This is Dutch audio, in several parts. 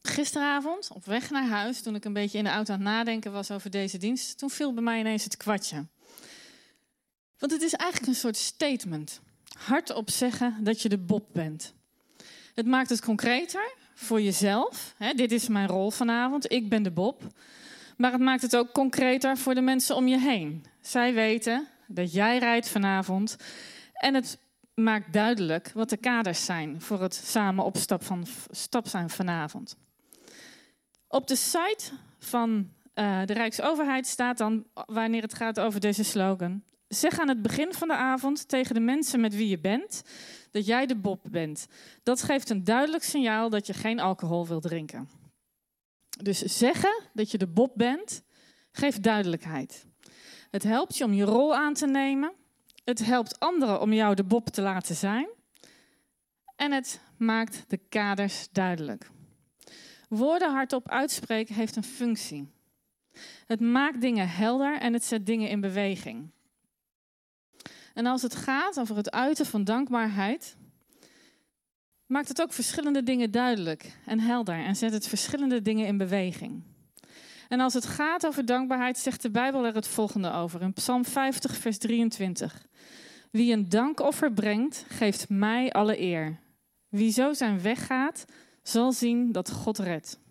Gisteravond, op weg naar huis, toen ik een beetje in de auto aan het nadenken was over deze dienst, toen viel bij mij ineens het kwartje. Want het is eigenlijk een soort statement. Hardop zeggen dat je de Bob bent. Het maakt het concreter voor jezelf. Dit is mijn rol vanavond, ik ben de Bob. Maar het maakt het ook concreter voor de mensen om je heen. Zij weten dat jij rijdt vanavond. En het maakt duidelijk wat de kaders zijn voor het samen op stap zijn vanavond. Op de site van de Rijksoverheid staat dan, wanneer het gaat over deze slogan: zeg aan het begin van de avond tegen de mensen met wie je bent dat jij de Bob bent. Dat geeft een duidelijk signaal dat je geen alcohol wilt drinken. Dus zeggen dat je de Bob bent, geeft duidelijkheid. Het helpt je om je rol aan te nemen. Het helpt anderen om jou de Bob te laten zijn. En het maakt de kaders duidelijk. Woorden hardop uitspreken heeft een functie. Het maakt dingen helder en het zet dingen in beweging. En als het gaat over het uiten van dankbaarheid, maakt het ook verschillende dingen duidelijk en helder en zet het verschillende dingen in beweging. En als het gaat over dankbaarheid, zegt de Bijbel er het volgende over in Psalm 50, vers 23. Wie een dankoffer brengt, geeft mij alle eer. Wie zo zijn weg gaat, zal zien dat God redt.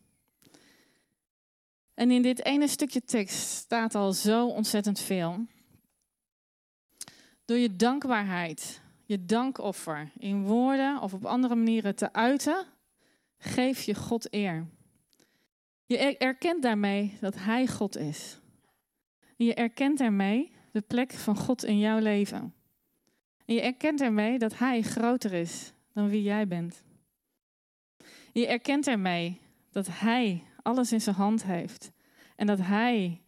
En in dit ene stukje tekst staat al zo ontzettend veel. Door je dankbaarheid, je dankoffer in woorden of op andere manieren te uiten, geef je God eer. Je erkent daarmee dat Hij God is. Je erkent daarmee de plek van God in jouw leven. En je erkent daarmee dat Hij groter is dan wie jij bent. Je erkent ermee dat Hij alles in zijn hand heeft. En dat Hij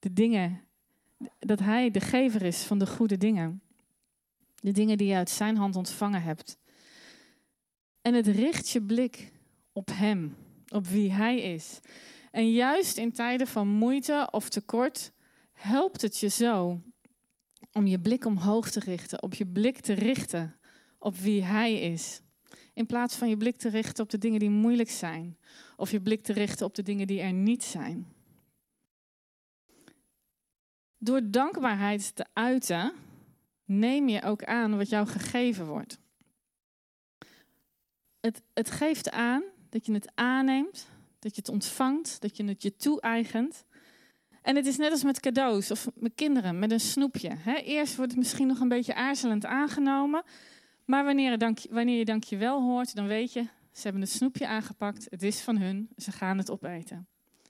de gever is van de goede dingen. De dingen die je uit zijn hand ontvangen hebt. En het richt je blik op Hem, op wie Hij is. En juist in tijden van moeite of tekort helpt het je zo om je blik omhoog te richten, op je blik te richten op wie Hij is. In plaats van je blik te richten op de dingen die moeilijk zijn. Of je blik te richten op de dingen die er niet zijn. Door dankbaarheid te uiten, neem je ook aan wat jou gegeven wordt. Het geeft aan dat je het aanneemt, dat je het ontvangt, dat je het je toe-eigent. En het is net als met cadeaus of met kinderen, met een snoepje. Eerst wordt het misschien nog een beetje aarzelend aangenomen. Maar wanneer je dankjewel hoort, dan weet je, ze hebben het snoepje aangepakt. Het is van hun, ze gaan het opeten.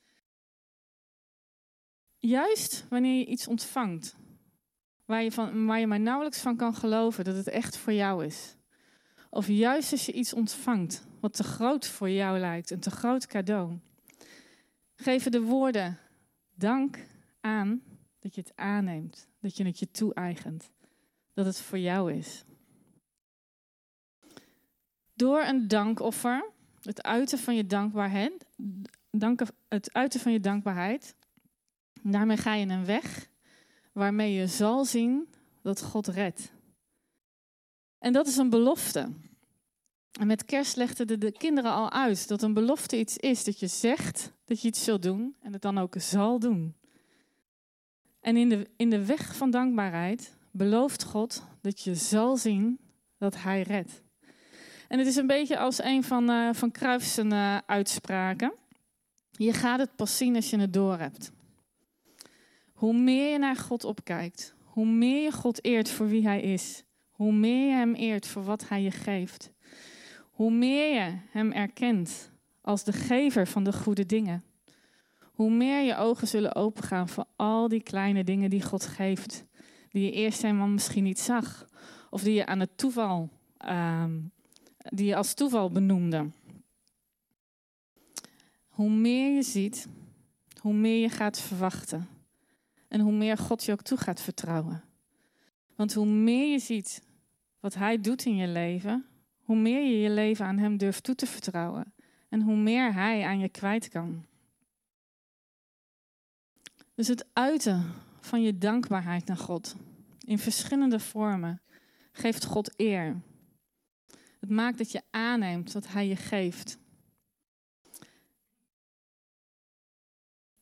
Juist wanneer je iets ontvangt, waar je maar nauwelijks van kan geloven dat het echt voor jou is. Of juist als je iets ontvangt wat te groot voor jou lijkt, een te groot cadeau. Geven de woorden dank aan dat je het aanneemt, dat je het je toe-eigent, dat het voor jou is. Door een dankoffer, het uiten van je dankbaarheid, daarmee ga je een weg waarmee je zal zien dat God redt. En dat is een belofte. En met kerst legden de kinderen al uit dat een belofte iets is dat je zegt dat je iets zult doen en het dan ook zal doen. En in de weg van dankbaarheid belooft God dat je zal zien dat Hij redt. En het is een beetje als een van Cruyff's uitspraken. Je gaat het pas zien als je het doorhebt. Hoe meer je naar God opkijkt, hoe meer je God eert voor wie Hij is, hoe meer je Hem eert voor wat Hij je geeft, hoe meer je Hem erkent als de gever van de goede dingen, hoe meer je ogen zullen opengaan voor al die kleine dingen die God geeft, die je eerst helemaal misschien niet zag, of die je aan het toeval die je als toeval benoemde. Hoe meer je ziet, hoe meer je gaat verwachten. En hoe meer God je ook toe gaat vertrouwen. Want hoe meer je ziet wat Hij doet in je leven, hoe meer je je leven aan Hem durft toe te vertrouwen. En hoe meer Hij aan je kwijt kan. Dus het uiten van je dankbaarheid naar God, in verschillende vormen, geeft God eer. Het maakt dat je aanneemt wat Hij je geeft.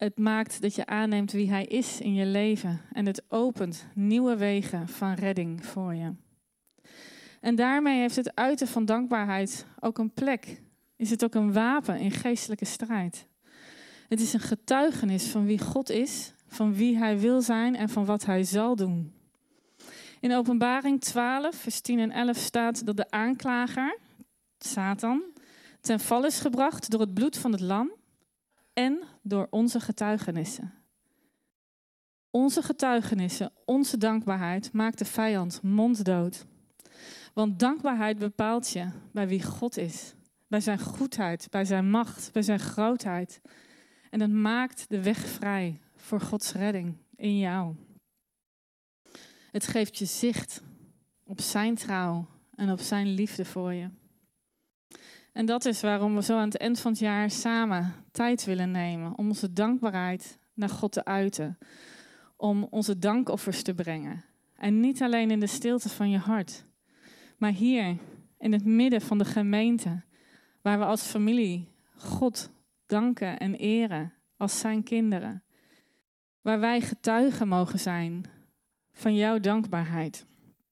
Het maakt dat je aanneemt wie hij is in je leven. En het opent nieuwe wegen van redding voor je. En daarmee heeft het uiten van dankbaarheid ook een plek. Is het ook een wapen in geestelijke strijd. Het is een getuigenis van wie God is, van wie hij wil zijn en van wat hij zal doen. In Openbaring 12, vers 10 en 11 staat dat de aanklager, Satan, ten val is gebracht door het bloed van het lam en door onze getuigenissen. Onze getuigenissen, onze dankbaarheid maakt de vijand monddood. Want dankbaarheid bepaalt je bij wie God is. Bij zijn goedheid, bij zijn macht, bij zijn grootheid. En dat maakt de weg vrij voor Gods redding in jou. Het geeft je zicht op zijn trouw en op zijn liefde voor je. En dat is waarom we zo aan het eind van het jaar samen tijd willen nemen om onze dankbaarheid naar God te uiten. Om onze dankoffers te brengen. En niet alleen in de stilte van je hart, maar hier in het midden van de gemeente, waar we als familie God danken en eren als zijn kinderen. Waar wij getuigen mogen zijn van jouw dankbaarheid.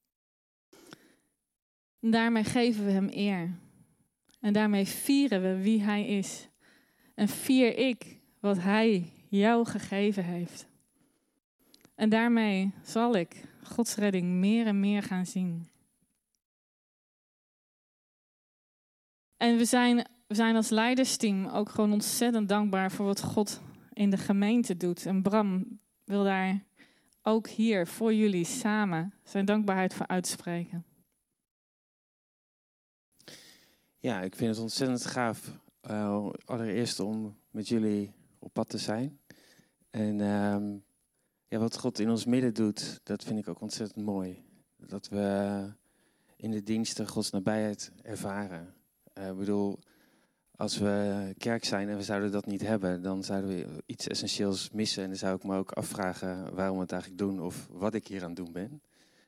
En daarmee geven we hem eer. En daarmee vieren we wie hij is. En vier ik wat hij jou gegeven heeft. En daarmee zal ik Gods redding meer en meer gaan zien. En we zijn als leidersteam ook gewoon ontzettend dankbaar voor wat God in de gemeente doet. En Bram wil daar ook hier voor jullie samen zijn dankbaarheid voor uitspreken. Ja, ik vind het ontzettend gaaf. Allereerst om met jullie op pad te zijn. En wat God in ons midden doet, dat vind ik ook ontzettend mooi. Dat we in de diensten Gods nabijheid ervaren. Ik bedoel, als we kerk zijn en we zouden dat niet hebben, dan zouden we iets essentieels missen. En dan zou ik me ook afvragen waarom we het eigenlijk doen of wat ik hier aan het doen ben.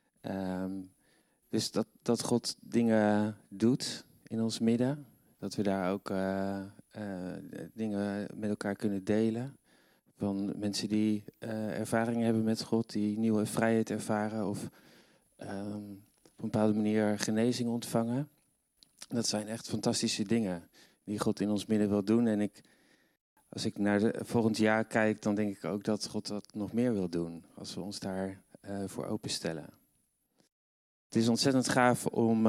Dus dat God dingen doet in ons midden. Dat we daar ook dingen met elkaar kunnen delen. Van mensen die ervaringen hebben met God, die nieuwe vrijheid ervaren of op een bepaalde manier genezing ontvangen. Dat zijn echt fantastische dingen die God in ons midden wil doen. En als ik naar volgend jaar kijk, dan denk ik ook dat God dat nog meer wil doen. Als we ons daar voor openstellen. Het is ontzettend gaaf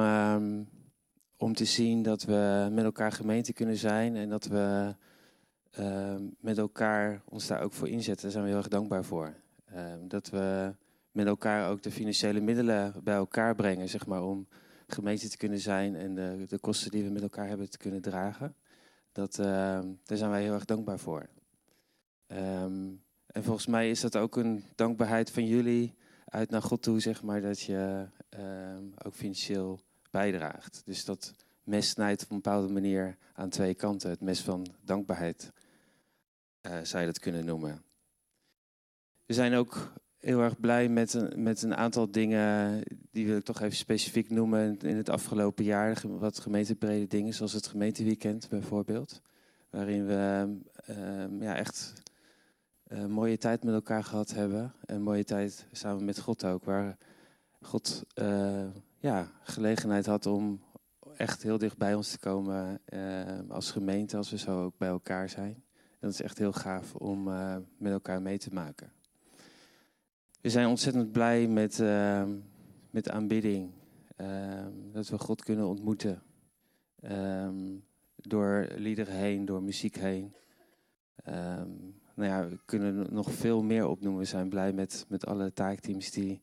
om te zien dat we met elkaar gemeente kunnen zijn. En dat we met elkaar ons daar ook voor inzetten. Daar zijn we heel erg dankbaar voor. Dat we met elkaar ook de financiële middelen bij elkaar brengen, zeg maar, om gemeente te kunnen zijn en de kosten die we met elkaar hebben te kunnen dragen. Daar zijn wij heel erg dankbaar voor. En volgens mij is dat ook een dankbaarheid van jullie uit naar God toe, zeg maar, dat je ook financieel bijdraagt. Dus dat mes snijdt op een bepaalde manier aan twee kanten. Het mes van dankbaarheid, zou je dat kunnen noemen. We zijn ook heel erg blij met een aantal dingen, die wil ik toch even specifiek noemen, in het afgelopen jaar. Wat gemeentebrede dingen, zoals het gemeenteweekend bijvoorbeeld. Waarin we echt een mooie tijd met elkaar gehad hebben. Een mooie tijd samen met God ook, waar God gelegenheid had om echt heel dicht bij ons te komen als gemeente, als we zo ook bij elkaar zijn. En dat is echt heel gaaf om met elkaar mee te maken. We zijn ontzettend blij met aanbidding. Dat we God kunnen ontmoeten. Door liederen heen, door muziek heen. We kunnen nog veel meer opnoemen. We zijn blij met alle taakteams die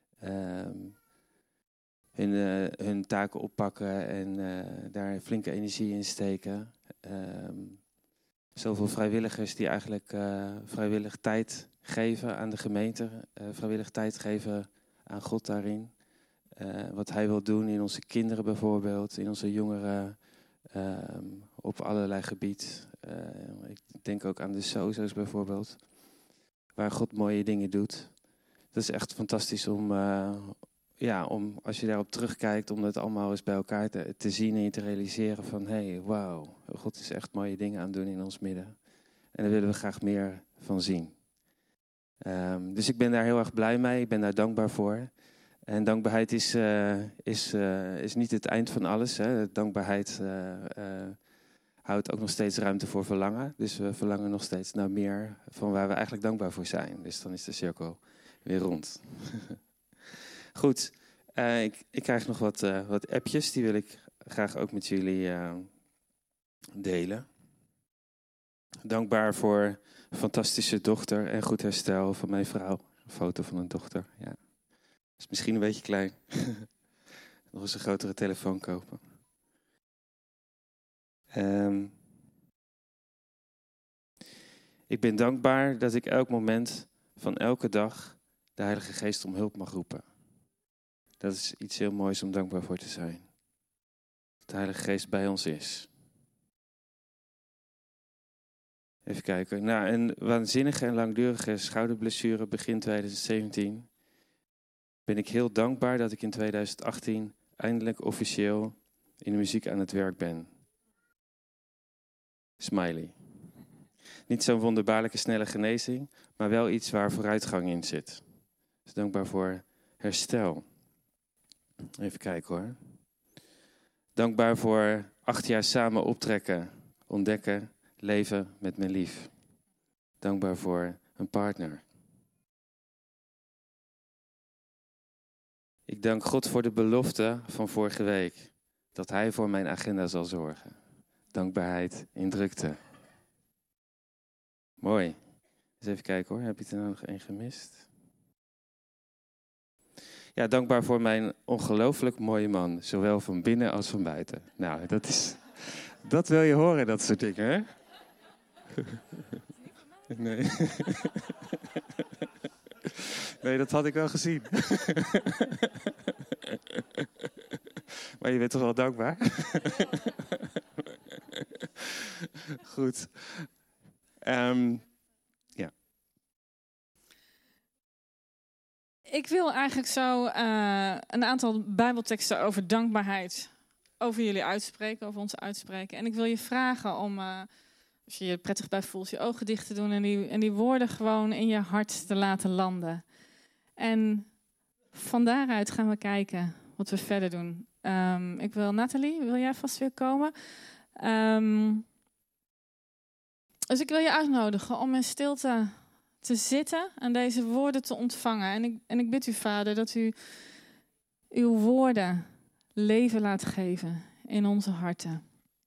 hun taken oppakken en daar flinke energie in steken. Zoveel vrijwilligers die eigenlijk vrijwillig tijd geven aan de gemeente. Vrijwillig tijd geven aan God daarin. Wat hij wil doen in onze kinderen bijvoorbeeld, in onze jongeren, op allerlei gebied. Ik denk ook aan de SOZO's bijvoorbeeld, waar God mooie dingen doet. Dat is echt fantastisch om als je daarop terugkijkt, om dat allemaal eens bij elkaar te zien en je te realiseren van, wauw, God is echt mooie dingen aan het doen in ons midden. En daar willen we graag meer van zien. Dus ik ben daar heel erg blij mee. Ik ben daar dankbaar voor. En dankbaarheid is niet het eind van alles. Hè. Dankbaarheid houdt ook nog steeds ruimte voor verlangen. Dus we verlangen nog steeds naar meer van waar we eigenlijk dankbaar voor zijn. Dus dan is de cirkel weer rond. Goed, ik krijg nog wat appjes. Die wil ik graag ook met jullie delen. Dankbaar voor een fantastische dochter en goed herstel van mijn vrouw. Een foto van een dochter, ja. Is misschien een beetje klein. Nog eens een grotere telefoon kopen. Ik ben dankbaar dat ik elk moment van elke dag de Heilige Geest om hulp mag roepen. Dat is iets heel moois om dankbaar voor te zijn. Dat de Heilige Geest bij ons is. Even kijken. Na een waanzinnige en langdurige schouderblessure begin 2017... ben ik heel dankbaar dat ik in 2018 eindelijk officieel in de muziek aan het werk ben. Smiley. Niet zo'n wonderbaarlijke snelle genezing, maar wel iets waar vooruitgang in zit. Dus dankbaar voor herstel. Even kijken hoor. Dankbaar voor 8 jaar samen optrekken, ontdekken, leven met mijn lief. Dankbaar voor een partner. Ik dank God voor de belofte van vorige week. Dat Hij voor mijn agenda zal zorgen. Dankbaarheid in drukte. Mooi. Eens even kijken hoor. Heb je er nou nog één gemist? Ja, dankbaar voor mijn ongelooflijk mooie man. Zowel van binnen als van buiten. Nou, dat wil je horen, dat soort dingen, hè? Nee. Nee, dat had ik wel gezien. Maar je bent toch wel dankbaar? Goed. Ja. Ik wil eigenlijk zo een aantal Bijbelteksten over dankbaarheid over jullie uitspreken, over ons uitspreken. En ik wil je vragen om, als je je er prettig bij voelt, je ogen dicht te doen en die woorden gewoon in je hart te laten landen. En van daaruit gaan we kijken wat we verder doen. Nathalie, wil jij vast weer komen? Dus ik wil je uitnodigen om in stilte te zitten en deze woorden te ontvangen. En ik bid u, Vader, dat u uw woorden leven laat geven in onze harten.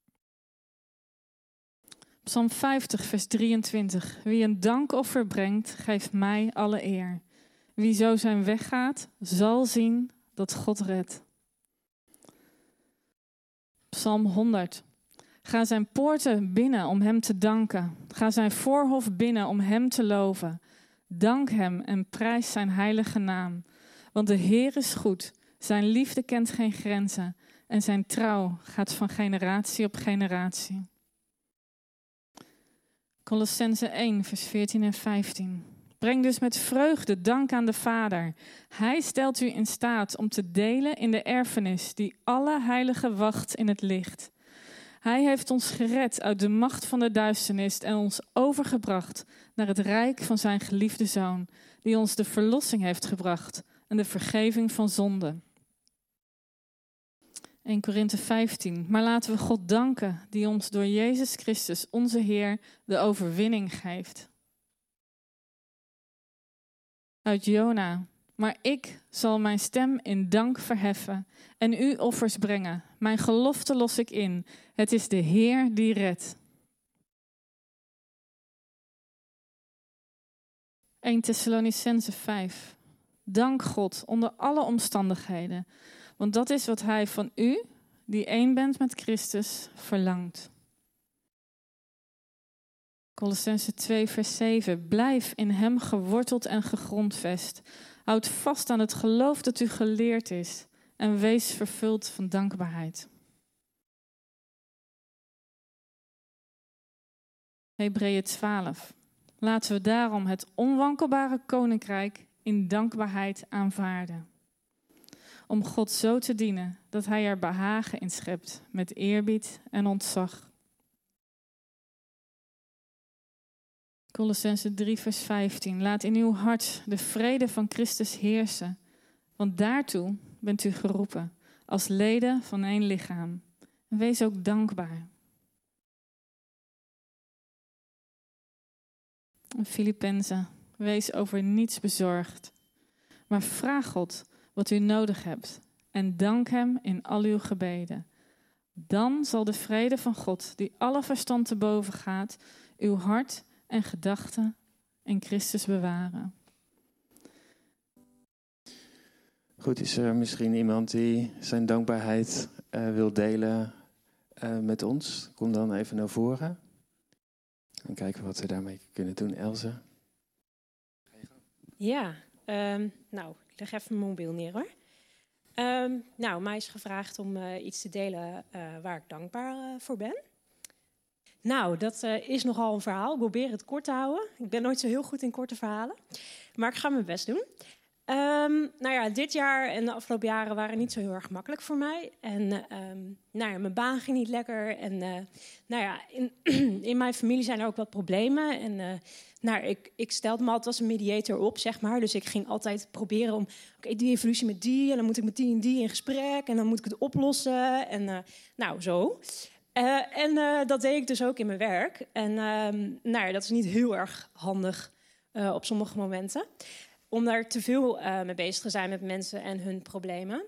Psalm 50, vers 23. Wie een dankoffer brengt, geeft mij alle eer. Wie zo zijn weg gaat, zal zien dat God redt. Psalm 100. Ga zijn poorten binnen om hem te danken. Ga zijn voorhof binnen om hem te loven. Dank hem en prijs zijn heilige naam. Want de Heer is goed. Zijn liefde kent geen grenzen. En zijn trouw gaat van generatie op generatie. Colossenzen 1, vers 14 en 15. Breng dus met vreugde dank aan de Vader. Hij stelt u in staat om te delen in de erfenis die alle heiligen wacht in het licht. Hij heeft ons gered uit de macht van de duisternis en ons overgebracht naar het rijk van zijn geliefde Zoon, die ons de verlossing heeft gebracht en de vergeving van zonden. 1 Korinthe 15. Maar laten we God danken die ons door Jezus Christus, onze Heer, de overwinning geeft. Uit Jona. Maar ik zal mijn stem in dank verheffen en u offers brengen. Mijn gelofte los ik in. Het is de Heer die redt. 1 Thessalonicenzen 5. Dank God onder alle omstandigheden. Want dat is wat hij van u, die één bent met Christus, verlangt. Colossenzen 2 vers 7. Blijf in hem geworteld en gegrondvest. Houd vast aan het geloof dat u geleerd is. En wees vervuld van dankbaarheid. Hebreeën 12. Laten we daarom het onwankelbare koninkrijk in dankbaarheid aanvaarden. Om God zo te dienen dat hij er behagen in schept met eerbied en ontzag. Kolossenzen 3 vers 15. Laat in uw hart de vrede van Christus heersen. Want daartoe bent u geroepen, als leden van één lichaam. En wees ook dankbaar. Filippenzen, wees over niets bezorgd. Maar vraag God wat u nodig hebt. En dank hem in al uw gebeden. Dan zal de vrede van God, die alle verstand te boven gaat, uw hart en gedachten in Christus bewaren. Goed, is er misschien iemand die zijn dankbaarheid wil delen met ons? Kom dan even naar voren. En kijken wat we daarmee kunnen doen. Else? Ja, nou, ik leg even mijn mobiel neer hoor. Nou, mij is gevraagd om iets te delen waar ik dankbaar voor ben. Nou, dat is nogal een verhaal. Ik probeer het kort te houden. Ik ben nooit zo heel goed in korte verhalen. Maar ik ga mijn best doen. Nou ja, dit jaar en de afgelopen jaren waren niet zo heel erg makkelijk voor mij. En nou ja, mijn baan ging niet lekker. En nou ja, in mijn familie zijn er ook wat problemen. En nou, ik stelde me altijd als een mediator op, zeg maar. Dus ik ging altijd proberen om, oké, die heeft ruzie met die. En dan moet ik met die en die in gesprek. En dan moet ik het oplossen. En nou, zo. En dat deed ik dus ook in mijn werk. En nou ja, dat is niet heel erg handig op sommige momenten. Om daar te veel mee bezig te zijn met mensen en hun problemen.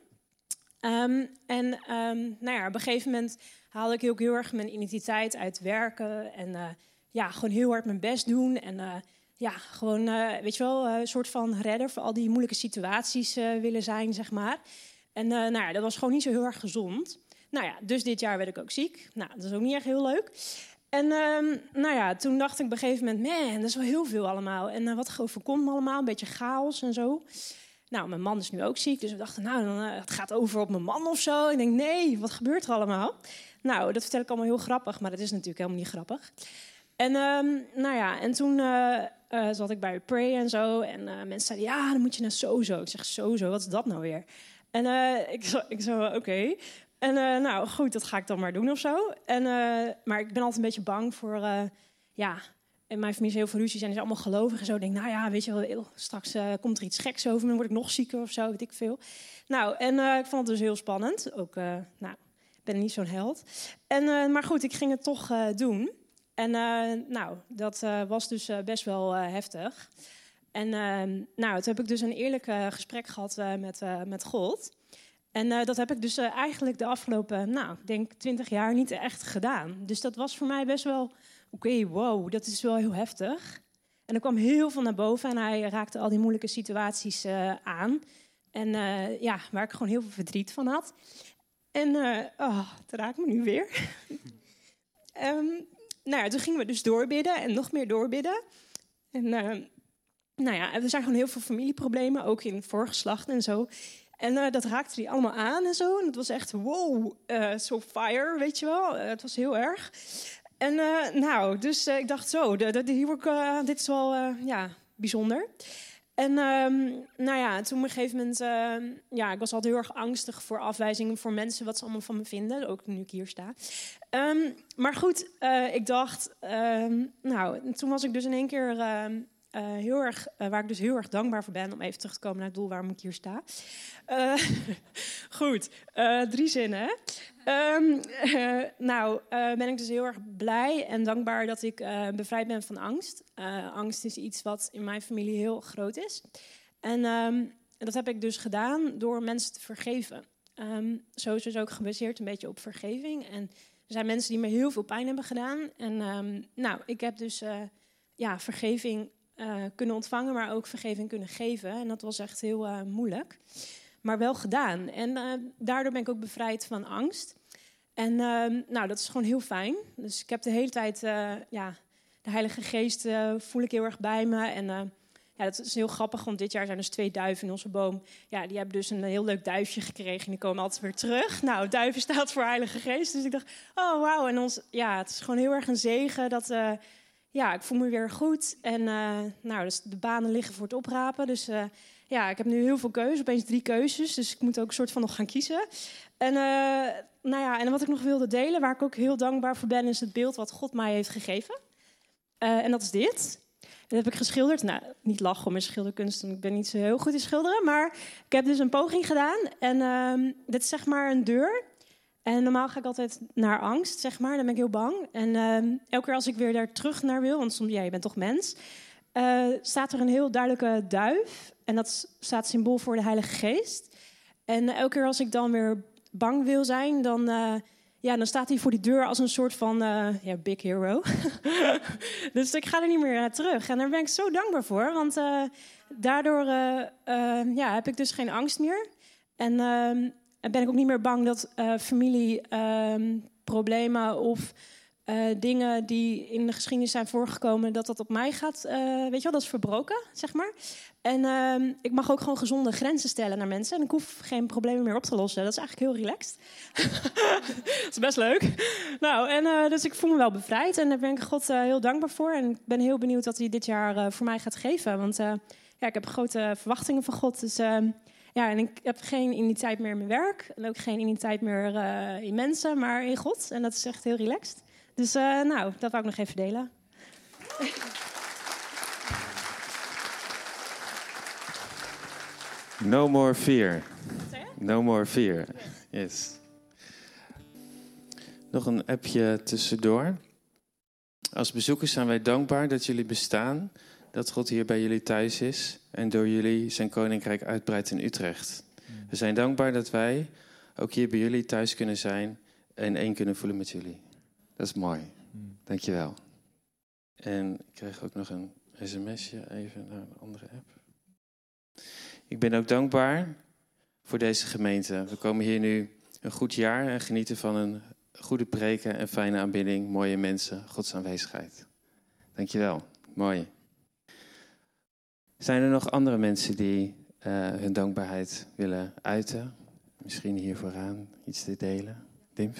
Nou ja, op een gegeven moment haalde ik ook heel erg mijn identiteit uit werken. En ja, gewoon heel hard mijn best doen. En ja, gewoon, weet je wel, een soort van redder voor al die moeilijke situaties willen zijn, zeg maar. En nou ja, dat was gewoon niet zo heel erg gezond. Nou ja, dus dit jaar werd ik ook ziek. Nou, dat is ook niet echt heel leuk. En nou ja, toen dacht ik op een gegeven moment, man, dat is wel heel veel allemaal. En wat overkomt me allemaal, een beetje chaos en zo. Nou, mijn man is nu ook ziek, dus we dachten, nou, het gaat over op mijn man of zo. En ik denk, nee, wat gebeurt er allemaal? Nou, dat vertel ik allemaal heel grappig, maar dat is natuurlijk helemaal niet grappig. En nou ja, en toen zat ik bij Pray en zo. En mensen zeiden, ja, dan moet je naar Sozo. Ik zeg, Sozo, wat is dat nou weer? En ik zo oké. En nou goed, dat ga ik dan maar doen of zo. En, maar ik ben altijd een beetje bang voor, ja, in mijn familie is heel veel ruzie zijn, is allemaal gelovig en zo. Ik denk, nou ja, weet je wel, straks komt er iets geks over me, dan word ik nog zieker of zo, weet ik veel. Nou, en ik vond het dus heel spannend. Ook, nou, ik ben niet zo'n held. En, maar goed, ik ging het toch doen. En nou, dat was dus best wel heftig. En nou, toen heb ik dus een eerlijk gesprek gehad met God. En dat heb ik dus eigenlijk de afgelopen, nou, ik denk 20 jaar niet echt gedaan. Dus dat was voor mij best wel, oké, wow, dat is wel heel heftig. En er kwam heel veel naar boven en hij raakte al die moeilijke situaties aan. En ja, waar ik gewoon heel veel verdriet van had. En, het raakt me nu weer. Nou ja, toen gingen we dus doorbidden en nog meer doorbidden. En nou ja, er zijn gewoon heel veel familieproblemen, ook in voorgeslacht en zo. En dat raakte die allemaal aan en zo. En het was echt, wow, so fire, weet je wel. Het was heel erg. En nou, dus ik dacht zo, dit is wel ja, bijzonder. En nou ja, toen op een gegeven moment, ja, ik was altijd heel erg angstig voor afwijzingen voor mensen, wat ze allemaal van me vinden, ook nu ik hier sta. Maar goed, ik dacht, nou, toen was ik dus in één keer heel erg, waar ik dus heel erg dankbaar voor ben, om even terug te komen naar het doel waarom ik hier sta. Goed, 3 zinnen, hè? Nou, ben ik dus heel erg blij en dankbaar dat ik bevrijd ben van angst. Angst is iets wat in mijn familie heel groot is. En dat heb ik dus gedaan door mensen te vergeven. Zo is dus ook gebaseerd een beetje op vergeving. En er zijn mensen die me heel veel pijn hebben gedaan. En nou, ik heb dus ja, vergeving kunnen ontvangen, maar ook vergeving kunnen geven. En dat was echt heel moeilijk. Maar wel gedaan. En daardoor ben ik ook bevrijd van angst. En nou, dat is gewoon heel fijn. Dus ik heb de hele tijd, ja, de Heilige Geest voel ik heel erg bij me. En ja, dat is heel grappig, want dit jaar zijn dus 2 duiven in onze boom. Ja, die hebben dus een heel leuk duifje gekregen en die komen altijd weer terug. Nou, duiven staat voor Heilige Geest. Dus ik dacht, oh wauw. En ja, het is gewoon heel erg een zegen dat, ja, ik voel me weer goed. En nou, dus de banen liggen voor het oprapen. Dus ja, ik heb nu heel veel keuzes, opeens 3 keuzes. Dus ik moet ook een soort van nog gaan kiezen. En nou ja, en wat ik nog wilde delen, waar ik ook heel dankbaar voor ben, is het beeld wat God mij heeft gegeven. En dat is dit. Dat heb ik geschilderd. Nou, niet lachen om mijn schilderkunst, want ik ben niet zo heel goed in schilderen. Maar ik heb dus een poging gedaan. En dit is zeg maar een deur. En normaal ga ik altijd naar angst, zeg maar. Dan ben ik heel bang. En elke keer als ik weer daar terug naar wil, want soms, ja, je bent toch mens, staat er een heel duidelijke duif. En dat staat symbool voor de Heilige Geest. En elke keer als ik dan weer bang wil zijn, dan staat hij voor die deur als een soort van big hero. Dus ik ga er niet meer terug. En daar ben ik zo dankbaar voor. Want daardoor heb ik dus geen angst meer. En ben ik ook niet meer bang dat familieproblemen of dingen die in de geschiedenis zijn voorgekomen, dat op mij gaat. Weet je wel, dat is verbroken, zeg maar. En ik mag ook gewoon gezonde grenzen stellen naar mensen. En ik hoef geen problemen meer op te lossen. Dat is eigenlijk heel relaxed. Dat is best leuk. Nou, en dus ik voel me wel bevrijd. En daar ben ik God heel dankbaar voor. En ik ben heel benieuwd wat hij dit jaar voor mij gaat geven. Want ik heb grote verwachtingen van God. Dus en ik heb geen identiteit meer in mijn werk. En ook geen identiteit meer in mensen, maar in God. En dat is echt heel relaxed. Dus dat wou ik nog even delen. No more fear. No more fear. Yes. Nog een appje tussendoor. Als bezoekers zijn wij dankbaar dat jullie bestaan, dat God hier bij jullie thuis is en door jullie zijn koninkrijk uitbreidt in Utrecht. We zijn dankbaar dat wij ook hier bij jullie thuis kunnen zijn en één kunnen voelen met jullie. Dat is mooi. Dankjewel. En ik kreeg ook nog een sms'je even naar een andere app. Ik ben ook dankbaar voor deze gemeente. We komen hier nu een goed jaar en genieten van een goede preken en fijne aanbidding, mooie mensen, Gods aanwezigheid. Dankjewel. Mooi. Zijn er nog andere mensen die hun dankbaarheid willen uiten? Misschien hier vooraan iets te delen. Dimf?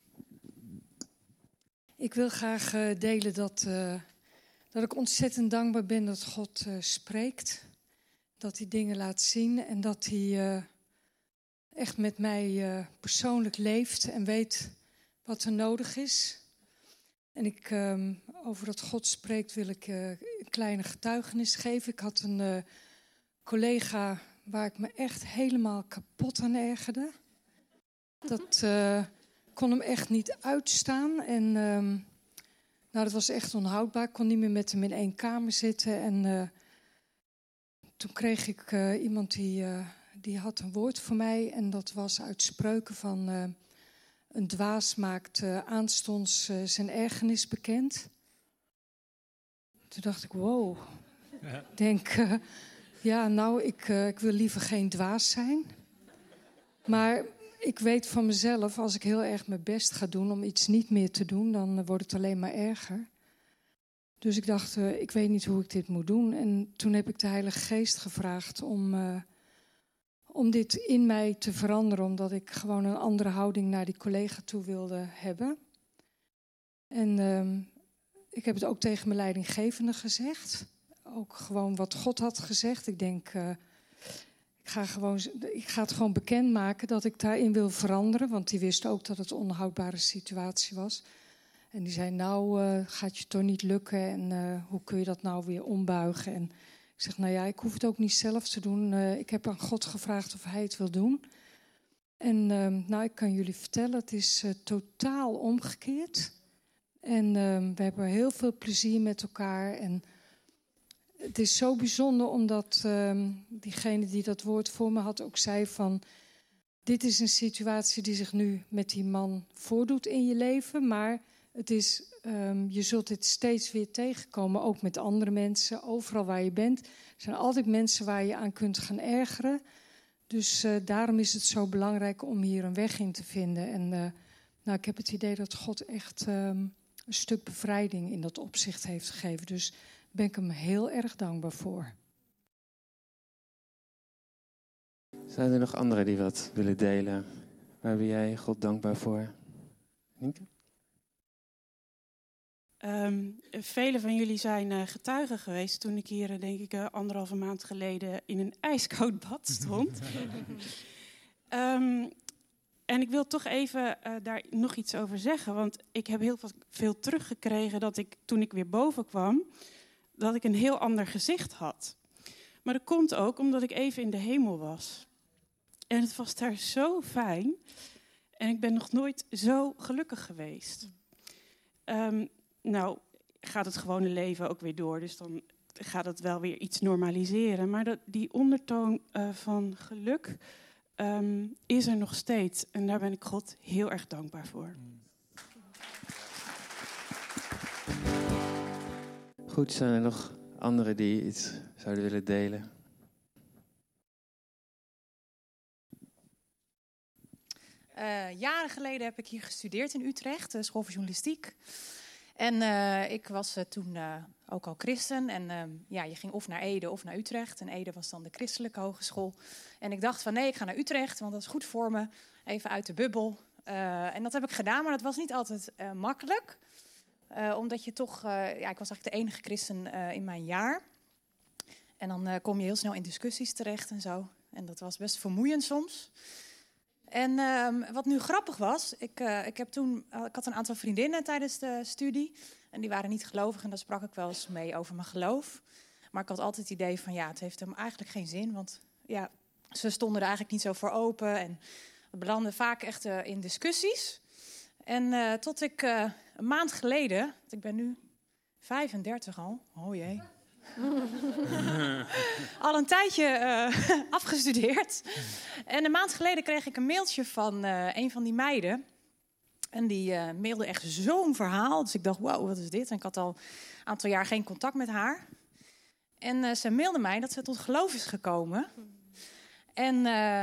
Ik wil graag delen dat ik ontzettend dankbaar ben dat God spreekt. Dat hij dingen laat zien en dat hij echt met mij persoonlijk leeft en weet wat er nodig is. En over dat God spreekt wil ik een kleine getuigenis geven. Ik had een collega waar ik me echt helemaal kapot aan ergerde. Dat kon hem echt niet uitstaan. En dat was echt onhoudbaar. Ik kon niet meer met hem in één kamer zitten. En toen kreeg ik iemand die had een woord voor mij. En dat was uit Spreuken van een dwaas maakt aanstonds zijn ergernis bekend. Toen dacht ik, wow. Ja. Ik denk, ik wil liever geen dwaas zijn. Maar ik weet van mezelf, als ik heel erg mijn best ga doen om iets niet meer te doen, dan wordt het alleen maar erger. Dus ik dacht, ik weet niet hoe ik dit moet doen. En toen heb ik de Heilige Geest gevraagd om dit in mij te veranderen, omdat ik gewoon een andere houding naar die collega toe wilde hebben. En ik heb het ook tegen mijn leidinggevende gezegd. Ook gewoon wat God had gezegd. Ik denk, ik ga het gewoon bekendmaken dat ik daarin wil veranderen. Want die wist ook dat het een onhoudbare situatie was. En die zei, gaat je toch niet lukken? En hoe kun je dat nou weer ombuigen? En ik zeg, ik hoef het ook niet zelf te doen. Ik heb aan God gevraagd of hij het wil doen. En ik kan jullie vertellen, het is totaal omgekeerd. En we hebben heel veel plezier met elkaar. En het is zo bijzonder omdat diegene die dat woord voor me had ook zei van, dit is een situatie die zich nu met die man voordoet in je leven, maar het is, je zult dit steeds weer tegenkomen, ook met andere mensen, overal waar je bent. Er zijn altijd mensen waar je aan kunt gaan ergeren. Dus daarom is het zo belangrijk om hier een weg in te vinden. En ik heb het idee dat God echt een stuk bevrijding in dat opzicht heeft gegeven. Dus daar ben ik hem heel erg dankbaar voor. Zijn er nog anderen die wat willen delen? Waar ben jij God dankbaar voor? Nienke? Velen van jullie zijn getuigen geweest toen ik hier, denk ik, 1,5 maand geleden in een ijskoud bad stond. En ik wil toch even daar nog iets over zeggen, want ik heb heel veel teruggekregen dat ik, toen ik weer boven kwam, dat ik een heel ander gezicht had. Maar dat komt ook omdat ik even in de hemel was. En het was daar zo fijn. En ik ben nog nooit zo gelukkig geweest. Nou, gaat het gewone leven ook weer door. Dus dan gaat het wel weer iets normaliseren. Maar die ondertoon van geluk is er nog steeds. En daar ben ik God heel erg dankbaar voor. Goed, zijn er nog anderen die iets zouden willen delen? Jaren geleden heb ik hier gestudeerd in Utrecht, de school voor journalistiek. En ik was toen ook al christen. En je ging of naar Ede of naar Utrecht. En Ede was dan de christelijke hogeschool. En ik dacht van nee, ik ga naar Utrecht, want dat is goed voor me. Even uit de bubbel. En dat heb ik gedaan, maar dat was niet altijd makkelijk. Omdat je toch... ik was eigenlijk de enige christen in mijn jaar. En dan kom je heel snel in discussies terecht en zo. En dat was best vermoeiend soms. En wat nu grappig was, ik had een aantal vriendinnen tijdens de studie. En die waren niet gelovig en daar sprak ik wel eens mee over mijn geloof. Maar ik had altijd het idee van het heeft hem eigenlijk geen zin. Want ze stonden er eigenlijk niet zo voor open. En we belanden vaak echt in discussies. En tot ik een maand geleden, want ik ben nu 35 al, oh jee. Al een tijdje afgestudeerd. En een maand geleden kreeg ik een mailtje van een van die meiden. En die mailde echt zo'n verhaal. Dus ik dacht, wow, wat is dit? En ik had al een aantal jaar geen contact met haar. En ze mailde mij dat ze tot geloof is gekomen. En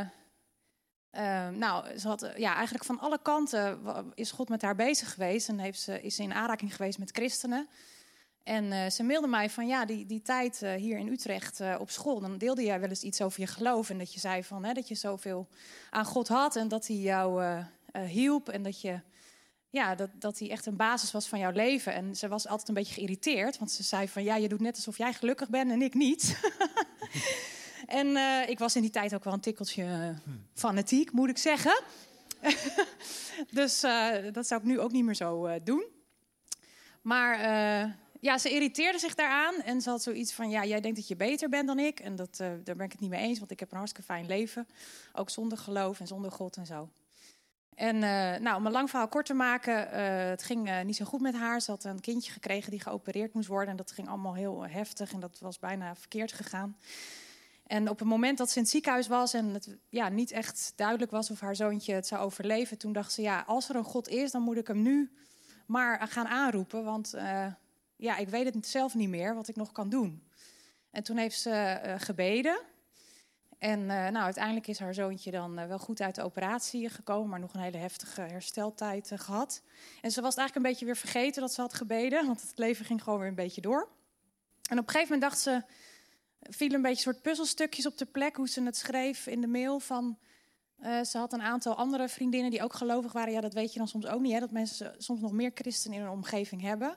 ze had eigenlijk van alle kanten is God met haar bezig geweest. En is ze in aanraking geweest met christenen. En ze mailde mij van die tijd hier in Utrecht op school. Dan deelde jij wel eens iets over je geloof. En dat je zei van, dat je zoveel aan God had. En dat hij jou hielp. En dat hij echt een basis was van jouw leven. En ze was altijd een beetje geïrriteerd. Want ze zei van, je doet net alsof jij gelukkig bent en ik niet. En ik was in die tijd ook wel een tikkeltje fanatiek, moet ik zeggen. Dus dat zou ik nu ook niet meer zo doen. Maar... ze irriteerde zich daaraan en ze had zoiets van... jij denkt dat je beter bent dan ik. En daar ben ik het niet mee eens, want ik heb een hartstikke fijn leven. Ook zonder geloof en zonder God en zo. En om een lang verhaal kort te maken... het ging niet zo goed met haar. Ze had een kindje gekregen die geopereerd moest worden. En dat ging allemaal heel heftig en dat was bijna verkeerd gegaan. En op het moment dat ze in het ziekenhuis was... en het niet echt duidelijk was of haar zoontje het zou overleven... toen dacht ze, als er een God is, dan moet ik hem nu maar gaan aanroepen. Want... ik weet het zelf niet meer wat ik nog kan doen. En toen heeft ze gebeden. En uiteindelijk is haar zoontje dan wel goed uit de operatie gekomen... maar nog een hele heftige hersteltijd gehad. En ze was het eigenlijk een beetje weer vergeten dat ze had gebeden... want het leven ging gewoon weer een beetje door. En op een gegeven moment dacht ze... vielen een beetje soort puzzelstukjes op de plek... hoe ze het schreef in de mail van... ze had een aantal andere vriendinnen die ook gelovig waren. Ja, dat weet je dan soms ook niet, hè, dat mensen soms nog meer christenen in hun omgeving hebben...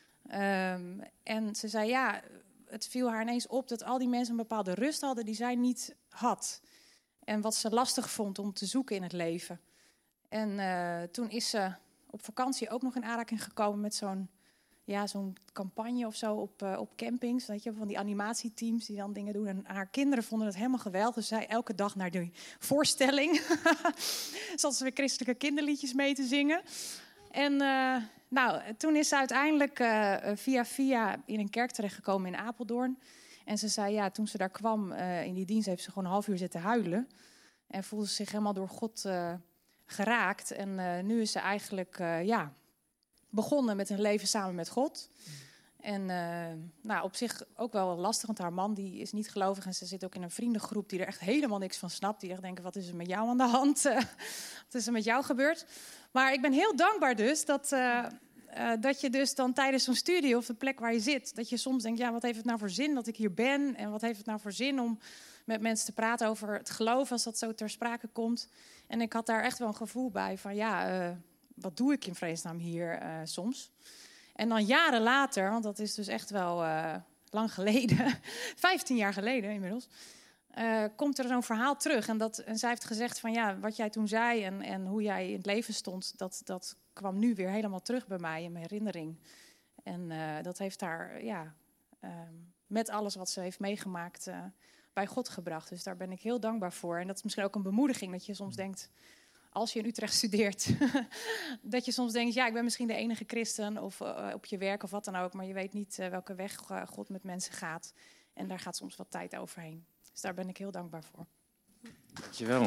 en ze zei, het viel haar ineens op dat al die mensen een bepaalde rust hadden die zij niet had. En wat ze lastig vond om te zoeken in het leven. En toen is ze op vakantie ook nog in aanraking gekomen met zo'n campagne of zo op campings. Weet je, van die animatieteams die dan dingen doen. En haar kinderen vonden het helemaal geweldig. Dus zij elke dag naar die voorstelling zat ze weer christelijke kinderliedjes mee te zingen. En... toen is ze uiteindelijk via in een kerk terechtgekomen in Apeldoorn. En ze zei, toen ze daar kwam in die dienst... heeft ze gewoon een half uur zitten huilen. En voelde zich helemaal door God geraakt. En nu is ze eigenlijk begonnen met een leven samen met God. En op zich ook wel lastig, want haar man die is niet gelovig... en ze zit ook in een vriendengroep die er echt helemaal niks van snapt. Die echt denken, wat is er met jou aan de hand? Wat is er met jou gebeurd? Maar ik ben heel dankbaar dus dat je dus dan tijdens zo'n studie... of de plek waar je zit, dat je soms denkt... wat heeft het nou voor zin dat ik hier ben? En wat heeft het nou voor zin om met mensen te praten over het geloof... als dat zo ter sprake komt? En ik had daar echt wel een gevoel bij van... wat doe ik in vredesnaam hier soms? En dan jaren later, want dat is dus echt wel lang geleden... 15 jaar geleden inmiddels... komt er zo'n verhaal terug. En zij heeft gezegd van wat jij toen zei en hoe jij in het leven stond... dat kwam nu weer helemaal terug bij mij in mijn herinnering. En dat heeft haar met alles wat ze heeft meegemaakt bij God gebracht. Dus daar ben ik heel dankbaar voor. En dat is misschien ook een bemoediging dat je soms denkt, als je in Utrecht studeert, dat je soms denkt, ja, ik ben misschien de enige christen of op je werk of wat dan ook, maar je weet niet welke weg God met mensen gaat. En daar gaat soms wat tijd overheen. Dus daar ben ik heel dankbaar voor. Dankjewel.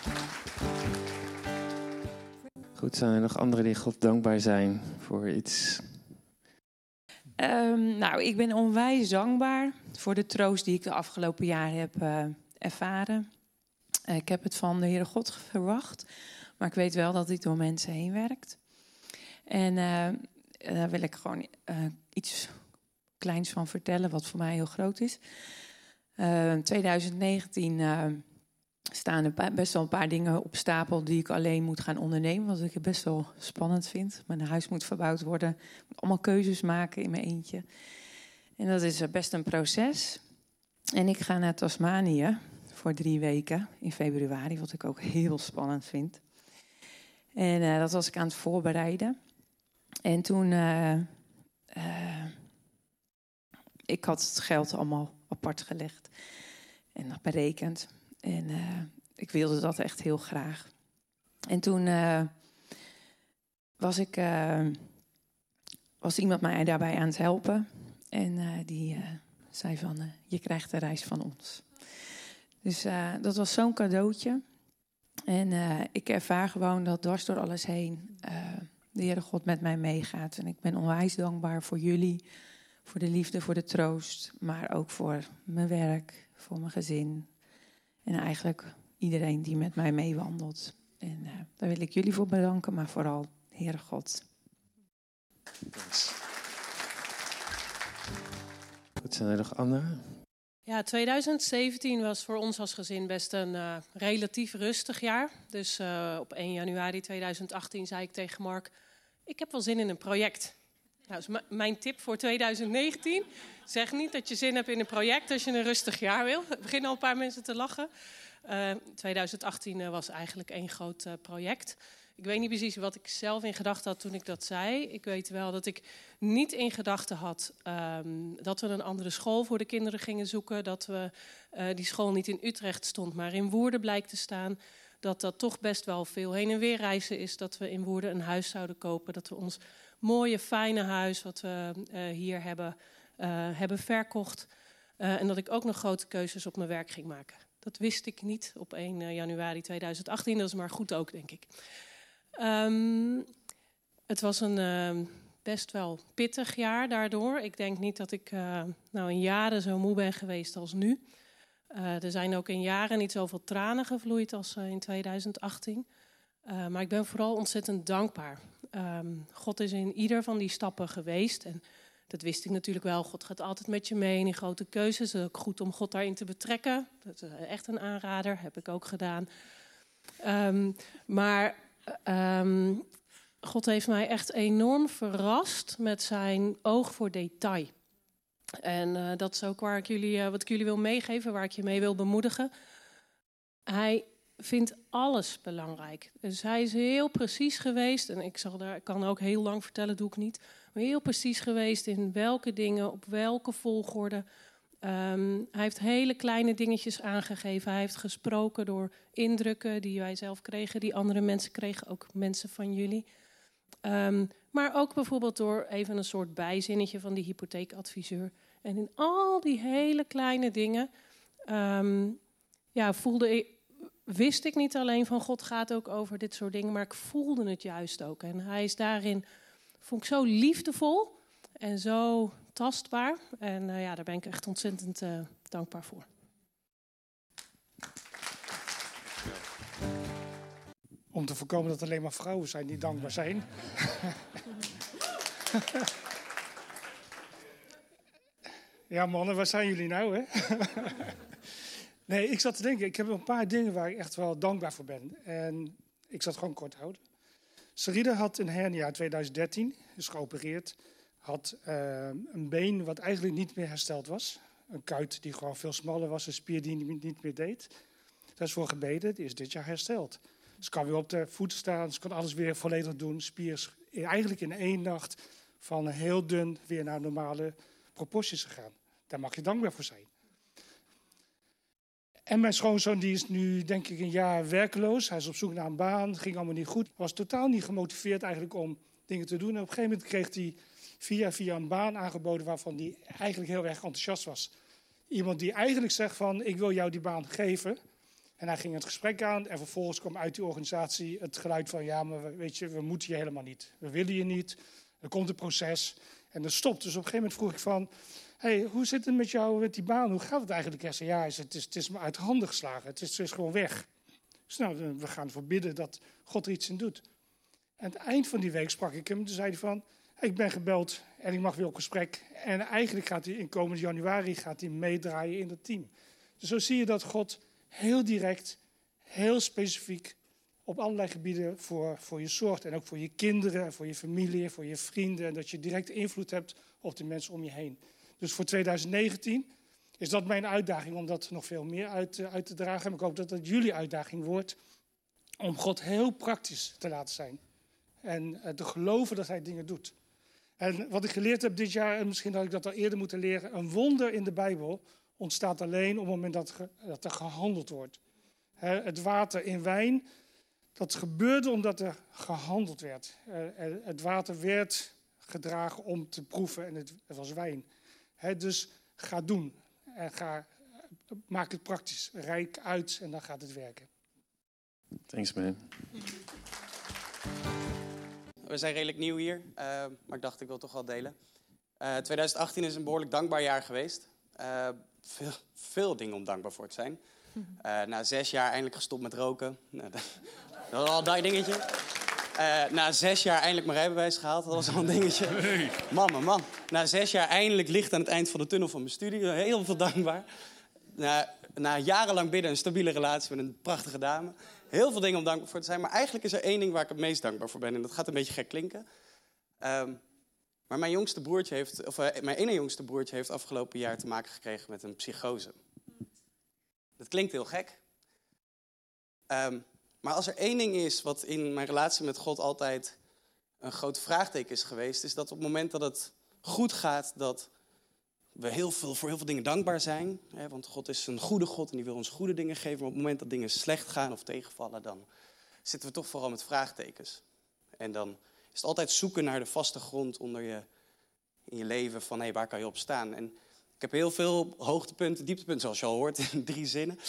Goed, zijn er nog anderen die God dankbaar zijn voor iets? Nou, ik ben onwijs dankbaar voor de troost die ik de afgelopen jaren heb ervaren. Ik heb het van de Heere God verwacht, maar ik weet wel dat hij door mensen heen werkt. En daar wil ik gewoon iets kleins van vertellen, wat voor mij heel groot is. 2019 staan er best wel een paar dingen op stapel die ik alleen moet gaan ondernemen, wat ik best wel spannend vind. Mijn huis moet verbouwd worden, ik moet allemaal keuzes maken in mijn eentje. En dat is best een proces. En ik ga naar Tasmanië voor 3 weken in februari, wat ik ook heel spannend vind. En dat was ik aan het voorbereiden. En toen, ik had het geld allemaal apart gelegd en dat berekend. En ik wilde dat echt heel graag. En toen was iemand mij daarbij aan het helpen. En die zei van, je krijgt de reis van ons. Dus dat was zo'n cadeautje. En ik ervaar gewoon dat dwars door alles heen de Heere God met mij meegaat. En ik ben onwijs dankbaar voor jullie, voor de liefde, voor de troost. Maar ook voor mijn werk, voor mijn gezin. En eigenlijk iedereen die met mij meewandelt. En daar wil ik jullie voor bedanken, maar vooral Heere God. Thanks. Goed, zijn er nog anderen? Ja, 2017 was voor ons als gezin best een relatief rustig jaar. Dus op 1 januari 2018 zei ik tegen Mark, ik heb wel zin in een project. Nou, dus mijn tip voor 2019, zeg niet dat je zin hebt in een project als je een rustig jaar wil. Er beginnen al een paar mensen te lachen. 2018 was eigenlijk 1 groot project. Ik weet niet precies wat ik zelf in gedachten had toen ik dat zei. Ik weet wel dat ik niet in gedachten had dat we een andere school voor de kinderen gingen zoeken. Dat we die school niet in Utrecht stond, maar in Woerden blijkt te staan. Dat dat toch best wel veel heen en weer reizen is. Dat we in Woerden een huis zouden kopen. Dat we ons mooie, fijne huis wat we hier hebben verkocht. En dat ik ook nog grote keuzes op mijn werk ging maken. Dat wist ik niet op 1 januari 2018. Dat is maar goed ook, denk ik. Het was een best wel pittig jaar daardoor. Ik denk niet dat ik in jaren zo moe ben geweest als nu. Er zijn ook in jaren niet zoveel tranen gevloeid als in 2018. Maar ik ben vooral ontzettend dankbaar. God is in ieder van die stappen geweest. En dat wist ik natuurlijk wel. God gaat altijd met je mee in die grote keuzes. Het is ook goed om God daarin te betrekken. Dat is echt een aanrader, heb ik ook gedaan. God heeft mij echt enorm verrast met zijn oog voor detail. En dat is ook wat ik jullie wil meegeven, waar ik je mee wil bemoedigen. Hij vindt alles belangrijk. Dus hij is heel precies geweest. En ik kan ook heel lang vertellen, doe ik niet. Maar heel precies geweest in welke dingen, op welke volgorde. Hij heeft hele kleine dingetjes aangegeven. Hij heeft gesproken door indrukken die wij zelf kregen, die andere mensen kregen, ook mensen van jullie. Maar ook bijvoorbeeld door even een soort bijzinnetje van die hypotheekadviseur. En in al die hele kleine dingen wist ik niet alleen van God gaat ook over dit soort dingen, maar ik voelde het juist ook. En hij is daarin, vond ik zo liefdevol en zo tastbaar. En daar ben ik echt ontzettend dankbaar voor. Om te voorkomen dat alleen maar vrouwen zijn die dankbaar zijn. Ja, mannen, waar zijn jullie nou, hè? Nee, ik zat te denken, ik heb een paar dingen waar ik echt wel dankbaar voor ben. En ik zat gewoon kort houden. Sarida had een hernia in 2013, is geopereerd. Had een been wat eigenlijk niet meer hersteld was. Een kuit die gewoon veel smaller was, een spier die niet meer deed. Daar is voor gebeden, die is dit jaar hersteld. Ze kan weer op de voeten staan, ze kan alles weer volledig doen. Spier is eigenlijk in 1 nacht van heel dun weer naar normale proporties gegaan. Daar mag je dankbaar voor zijn. En mijn schoonzoon die is nu denk ik een jaar werkloos. Hij is op zoek naar een baan, ging allemaal niet goed. Hij was totaal niet gemotiveerd eigenlijk om dingen te doen. En op een gegeven moment kreeg hij via een baan aangeboden waarvan hij eigenlijk heel erg enthousiast was. Iemand die eigenlijk zegt van, ik wil jou die baan geven. En hij ging het gesprek aan en vervolgens kwam uit die organisatie het geluid van, ja, maar weet je, we moeten je helemaal niet. We willen je niet. Er komt een proces en dat stopt. Dus op een gegeven moment vroeg ik van, hey, hoe zit het met jou met die baan? Hoe gaat het eigenlijk? Hij zei, ja, het is me uit handen geslagen. Het is gewoon weg. Dus nou, we gaan ervoor bidden dat God er iets in doet. En aan het eind van die week sprak ik hem. Toen zei hij van, hey, ik ben gebeld en ik mag weer op gesprek. En eigenlijk gaat hij in komend januari meedraaien in het team. Dus zo zie je dat God heel direct, heel specifiek op allerlei gebieden voor je zorgt. En ook voor je kinderen, voor je familie, voor je vrienden. En dat je direct invloed hebt op de mensen om je heen. Dus voor 2019 is dat mijn uitdaging om dat nog veel meer uit te dragen. En ik hoop dat dat jullie uitdaging wordt om God heel praktisch te laten zijn. En te geloven dat hij dingen doet. En wat ik geleerd heb dit jaar, en misschien had ik dat al eerder moeten leren, een wonder in de Bijbel ontstaat alleen op het moment dat er gehandeld wordt. Het water in wijn, dat gebeurde omdat er gehandeld werd. Het water werd gedragen om te proeven en het was wijn. Dus ga doen. En maak het praktisch. Rijk uit en dan gaat het werken. Thanks, man. We zijn redelijk nieuw hier, maar ik dacht ik wil toch wel delen. 2018 is een behoorlijk dankbaar jaar geweest. Veel dingen om dankbaar voor te zijn. Na 6 jaar eindelijk gestopt met roken. Dat was al een dingetje. Na 6 jaar eindelijk mijn rijbewijs gehaald. Dat was al een dingetje. Hey. Man. Na 6 jaar eindelijk licht aan het eind van de tunnel van mijn studie. Heel veel dankbaar. Na jarenlang bidden een stabiele relatie met een prachtige dame. Heel veel dingen om dankbaar voor te zijn. Maar eigenlijk is er 1 ding waar ik het meest dankbaar voor ben. En dat gaat een beetje gek klinken. Maar mijn ene jongste broertje heeft afgelopen jaar te maken gekregen met een psychose. Dat klinkt heel gek. Maar als er 1 ding is wat in mijn relatie met God altijd een groot vraagteken is geweest, is dat op het moment dat het goed gaat, dat we voor heel veel dingen dankbaar zijn. Want God is een goede God en die wil ons goede dingen geven. Maar op het moment dat dingen slecht gaan of tegenvallen, dan zitten we toch vooral met vraagtekens. En dan is het altijd zoeken naar de vaste grond in je leven van, hey, waar kan je op staan? En ik heb heel veel hoogtepunten, dieptepunten, zoals je al hoort, in 3 zinnen.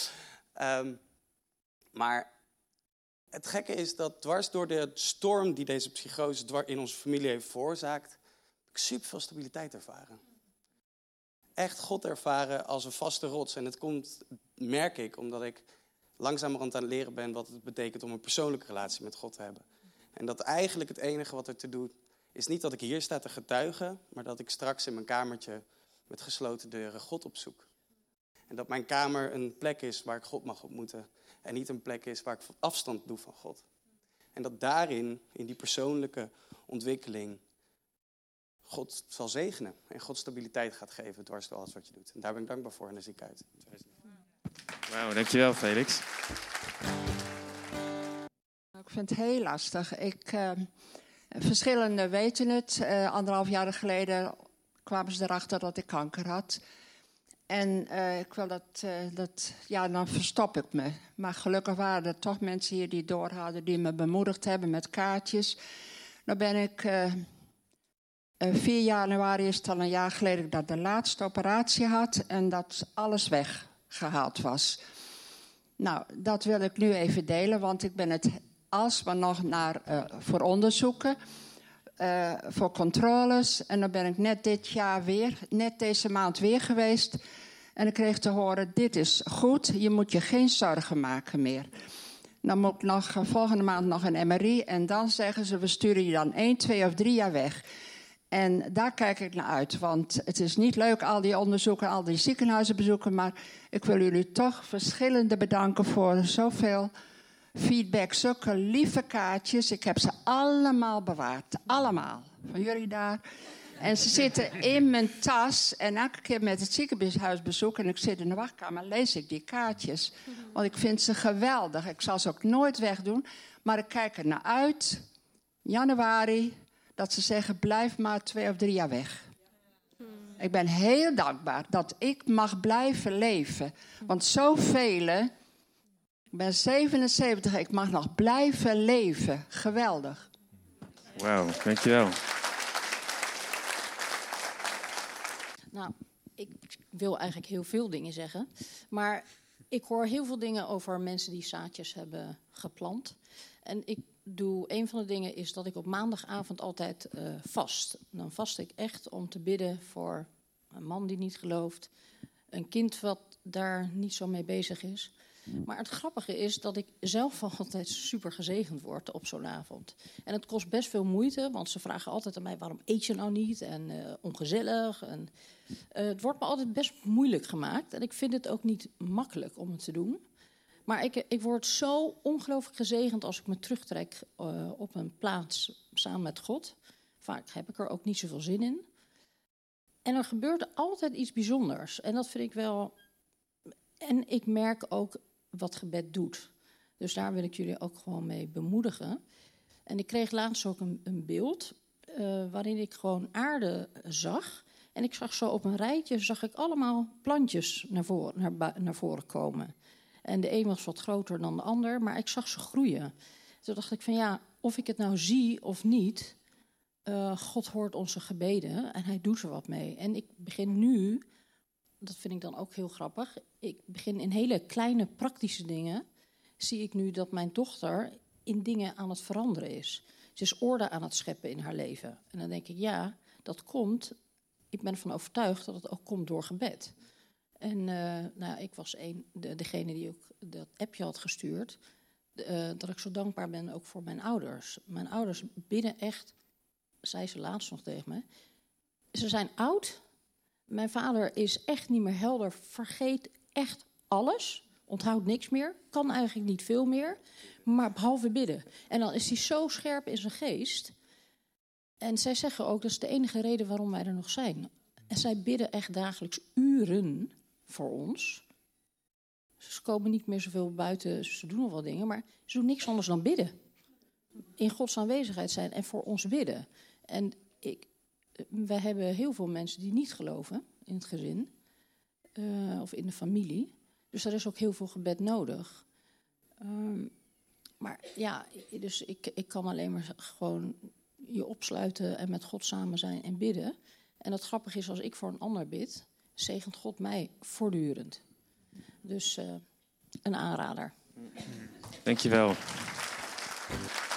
Maar het gekke is dat dwars door de storm die deze psychose in onze familie heeft veroorzaakt, heb ik superveel stabiliteit ervaren. Echt God ervaren als een vaste rots. En het komt, merk ik, omdat ik langzamerhand aan het leren ben wat het betekent om een persoonlijke relatie met God te hebben. En dat eigenlijk het enige wat er te doen is niet dat ik hier sta te getuigen, maar dat ik straks in mijn kamertje met gesloten deuren God opzoek. En dat mijn kamer een plek is waar ik God mag ontmoeten. En niet een plek is waar ik afstand doe van God. En dat daarin, in die persoonlijke ontwikkeling, God zal zegenen. En God stabiliteit gaat geven dwars door alles wat je doet. En daar ben ik dankbaar voor en daar zie ik uit. Wauw, dankjewel Felix. Ik vind het heel lastig. Verschillenden weten het. 1,5 jaar geleden kwamen ze erachter dat ik kanker had. En ik wil dan verstop ik me. Maar gelukkig waren er toch mensen hier die doorhadden, die me bemoedigd hebben met kaartjes. Nou ben ik 4 januari is het al een jaar geleden dat ik de laatste operatie had en dat alles weggehaald was. Nou, dat wil ik nu even delen, want ik ben het alsmaar nog voor onderzoeken, voor controles. En dan ben ik net deze maand weer geweest. En ik kreeg te horen, dit is goed, je moet je geen zorgen maken meer. Dan moet ik volgende maand nog een MRI en dan zeggen ze, we sturen je dan 1, 2 of 3 jaar weg. En daar kijk ik naar uit, want het is niet leuk, al die onderzoeken, al die ziekenhuizen bezoeken. Maar ik wil jullie toch verschillende bedanken voor zoveel feedback, zulke lieve kaartjes. Ik heb ze allemaal bewaard, allemaal, van jullie daar. En ze zitten in mijn tas. En elke keer met het ziekenhuisbezoek en ik zit in de wachtkamer, lees ik die kaartjes. Want ik vind ze geweldig. Ik zal ze ook nooit wegdoen. Maar ik kijk er naar uit, januari, dat ze zeggen, blijf maar 2 of 3 jaar weg. Ik ben heel dankbaar dat ik mag blijven leven. Want zoveel, ik ben 77, ik mag nog blijven leven. Geweldig. Wauw, dankjewel. Nou, ik wil eigenlijk heel veel dingen zeggen. Maar ik hoor heel veel dingen over mensen die zaadjes hebben geplant. En een van de dingen is dat ik op maandagavond altijd vast. Dan vast ik echt om te bidden voor een man die niet gelooft. Een kind wat daar niet zo mee bezig is. Maar het grappige is dat ik zelf altijd super gezegend word op zo'n avond. En het kost best veel moeite, want ze vragen altijd aan mij: waarom eet je nou niet? En ongezellig. En, het wordt me altijd best moeilijk gemaakt. En ik vind het ook niet makkelijk om het te doen. Maar ik word zo ongelooflijk gezegend als ik me terugtrek op een plaats samen met God. Vaak heb ik er ook niet zoveel zin in. En er gebeurt altijd iets bijzonders. En dat vind ik wel. En ik merk ook wat gebed doet. Dus daar wil ik jullie ook gewoon mee bemoedigen. En ik kreeg laatst ook een beeld waarin ik gewoon aarde zag. En ik zag zo op een rijtje, zag ik allemaal plantjes naar voren komen. En de een was wat groter dan de ander, maar ik zag ze groeien. Toen dacht ik van ja, of ik het nou zie of niet, God hoort onze gebeden en hij doet er wat mee. En ik begin nu, dat vind ik dan ook heel grappig, ik begin in hele kleine praktische dingen, zie ik nu dat mijn dochter in dingen aan het veranderen is. Ze is orde aan het scheppen in haar leven. En dan denk ik, ja, dat komt, ik ben ervan overtuigd dat het ook komt door gebed. En ik was degene die ook dat appje had gestuurd. Dat ik zo dankbaar ben ook voor mijn ouders. Mijn ouders bidden echt, zei ze laatst nog tegen me. Ze zijn oud. Mijn vader is echt niet meer helder. Vergeet echt alles. Onthoudt niks meer. Kan eigenlijk niet veel meer. Maar behalve bidden. En dan is hij zo scherp in zijn geest. En zij zeggen ook, dat is de enige reden waarom wij er nog zijn. En zij bidden echt dagelijks uren voor ons. Ze komen niet meer zoveel buiten, ze doen nog wel dingen, maar ze doen niks anders dan bidden. In Gods aanwezigheid zijn en voor ons bidden. En wij hebben heel veel mensen die niet geloven in het gezin of in de familie. Dus er is ook heel veel gebed nodig. Maar ja, dus ik kan alleen maar gewoon je opsluiten en met God samen zijn en bidden. En het grappige is, als ik voor een ander bid, zegent God mij voortdurend. Dus een aanrader. Dankjewel.